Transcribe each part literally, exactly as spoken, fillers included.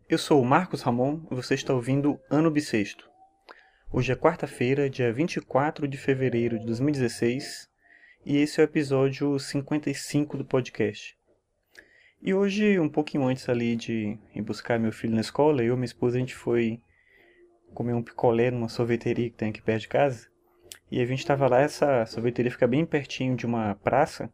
Eu sou o Marcos Ramon e você está ouvindo Ano Bissexto. Hoje é quarta-feira, dia vinte e quatro de fevereiro de dois mil e dezesseis, e esse é o episódio cinquenta e cinco do podcast. E hoje, um pouquinho antes ali de ir buscar meu filho na escola, eu e minha esposa a gente foi comer um picolé numa sorveteria que tem aqui perto de casa. E a gente estava lá, essa sorveteria fica bem pertinho de uma praça,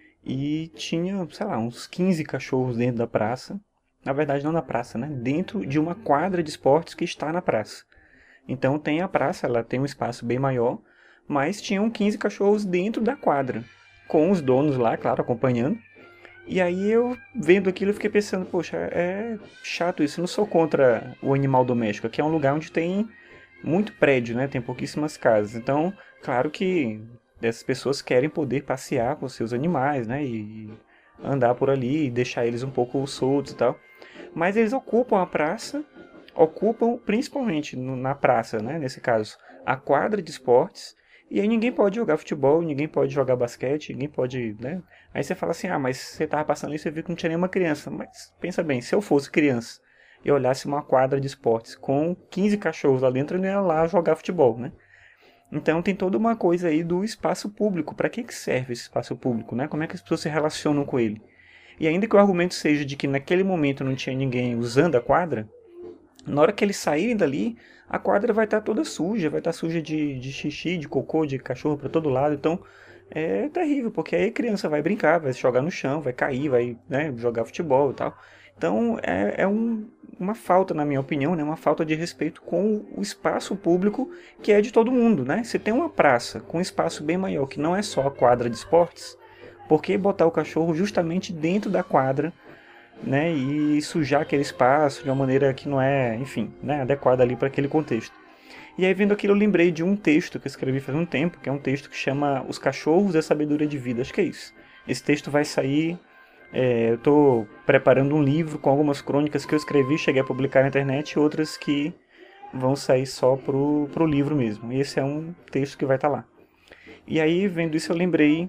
e tinha, sei lá, uns quinze cachorros dentro da praça. Na verdade, não na praça, né? Dentro de uma quadra de esportes que está na praça. Então tem a praça, ela tem um espaço bem maior, mas tinham quinze cachorros dentro da quadra, com os donos lá, claro, acompanhando. E aí eu, vendo aquilo, eu fiquei pensando, poxa, é chato isso, eu não sou contra o animal doméstico. Aqui é um lugar onde tem muito prédio, né? Tem pouquíssimas casas. Então, claro que essas pessoas querem poder passear com seus animais, né? E andar por ali e deixar eles um pouco soltos e tal. Mas eles ocupam a praça, ocupam principalmente no- na praça, né? Nesse caso, a quadra de esportes. E aí ninguém pode jogar futebol, ninguém pode jogar basquete, ninguém pode, né? Aí você fala assim, ah, mas você tava passando isso e viu que não tinha nenhuma criança. Mas pensa bem, se eu fosse criança e olhasse uma quadra de esportes com quinze cachorros lá dentro, eu não ia lá jogar futebol, né? Então tem toda uma coisa aí do espaço público. Para que que serve esse espaço público, né? Como é que as pessoas se relacionam com ele? E ainda que o argumento seja de que naquele momento não tinha ninguém usando a quadra, na hora que eles saírem dali, a quadra vai estar toda suja, vai estar suja de, de xixi, de cocô, de cachorro para todo lado. Então é terrível, porque aí a criança vai brincar, vai se jogar no chão, vai cair, vai, né, jogar futebol e tal. Então é, é um, uma falta, na minha opinião, né, uma falta de respeito com o espaço público que é de todo mundo, né? Se tem uma praça com um espaço bem maior, que não é só a quadra de esportes, por que botar o cachorro justamente dentro da quadra, né, e sujar aquele espaço de uma maneira que não é, enfim, né, adequada ali para aquele contexto? E aí, vendo aquilo, eu lembrei de um texto que eu escrevi faz um tempo, que é um texto que chama Os Cachorros e a Sabedoria de Vida. Acho que é isso. Esse texto vai sair. É, eu estou preparando um livro com algumas crônicas que eu escrevi, cheguei a publicar na internet, e outras que vão sair só pro, pro livro mesmo. E esse é um texto que vai estar lá. E aí, vendo isso, eu lembrei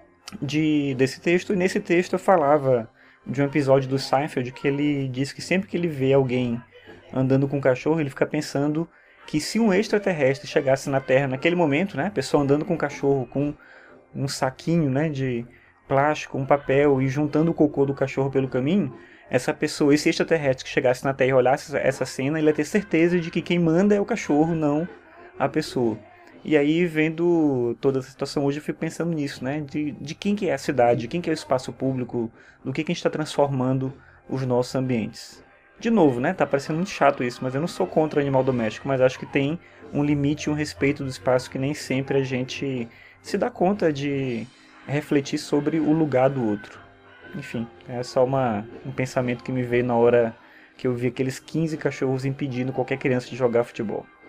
de, desse texto, e nesse texto eu falava de um episódio do Seinfeld que ele diz que sempre que ele vê alguém andando com um cachorro, ele fica pensando que se um extraterrestre chegasse na Terra naquele momento, né, a pessoa andando com um cachorro, com um saquinho, né, de plástico, um papel e juntando o cocô do cachorro pelo caminho, essa pessoa, esse extraterrestre que chegasse na Terra e olhasse essa cena, ele ia ter certeza de que quem manda é o cachorro, não a pessoa. E aí, vendo toda essa situação hoje, eu fico pensando nisso, né? De, de quem que é a cidade, de quem que é o espaço público, do que, que a gente está transformando os nossos ambientes. De novo, né? Tá parecendo muito chato isso, mas eu não sou contra o animal doméstico, mas acho que tem um limite e um respeito do espaço que nem sempre a gente se dá conta de refletir sobre o lugar do outro. Enfim, é só uma, um pensamento que me veio na hora que eu vi aqueles quinze cachorros impedindo qualquer criança de jogar futebol.